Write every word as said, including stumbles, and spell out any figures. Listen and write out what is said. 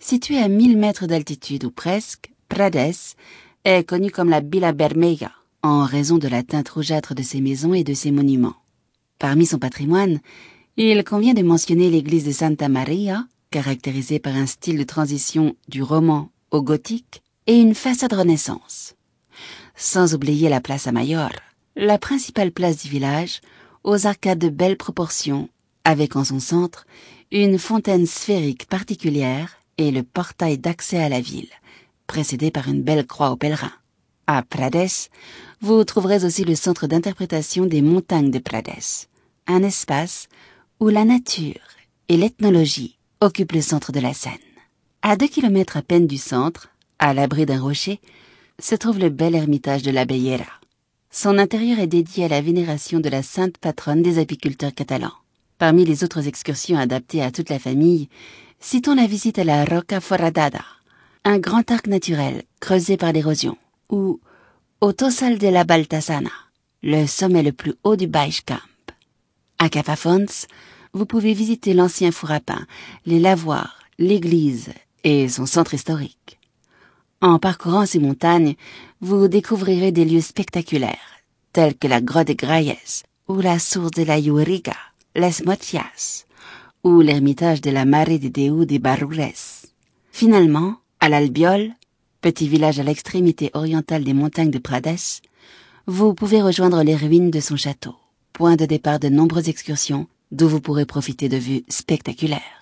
Situé à mille mètres d'altitude ou presque, Prades est connu comme la Villa Vermelha en raison de la teinte rougeâtre de ses maisons et de ses monuments. Parmi son patrimoine, il convient de mentionner l'église de Santa Maria, caractérisée par un style de transition du roman au gothique et une façade Renaissance. Sans oublier la Plaza Mayor, la principale place du village, aux arcades de belles proportions, avec en son centre une fontaine sphérique particulière et le portail d'accès à la ville, précédé par une belle croix aux pèlerins. À Prades, vous trouverez aussi le centre d'interprétation des montagnes de Prades, un espace où la nature et l'ethnologie occupent le centre de la scène. À deux kilomètres à peine du centre, à l'abri d'un rocher, se trouve le bel ermitage de la Bellera. Son intérieur est dédié à la vénération de la sainte patronne des apiculteurs catalans. Parmi les autres excursions adaptées à toute la famille, citons la visite à la Roca Foradada, un grand arc naturel creusé par l'érosion, ou au Tossal de la Baltasana, le sommet le plus haut du Baix Camp. À Capafonts, vous pouvez visiter l'ancien four à pain, les lavoirs, l'église et son centre historique. En parcourant ces montagnes, vous découvrirez des lieux spectaculaires, tels que la grotte de Grayes, ou la source de la Lluriga, les Motias, ou l'ermitage de la Mare de Déu de Barrures. Finalement, à l'Albiol, petit village à l'extrémité orientale des montagnes de Prades, vous pouvez rejoindre les ruines de son château, point de départ de nombreuses excursions, d'où vous pourrez profiter de vues spectaculaires.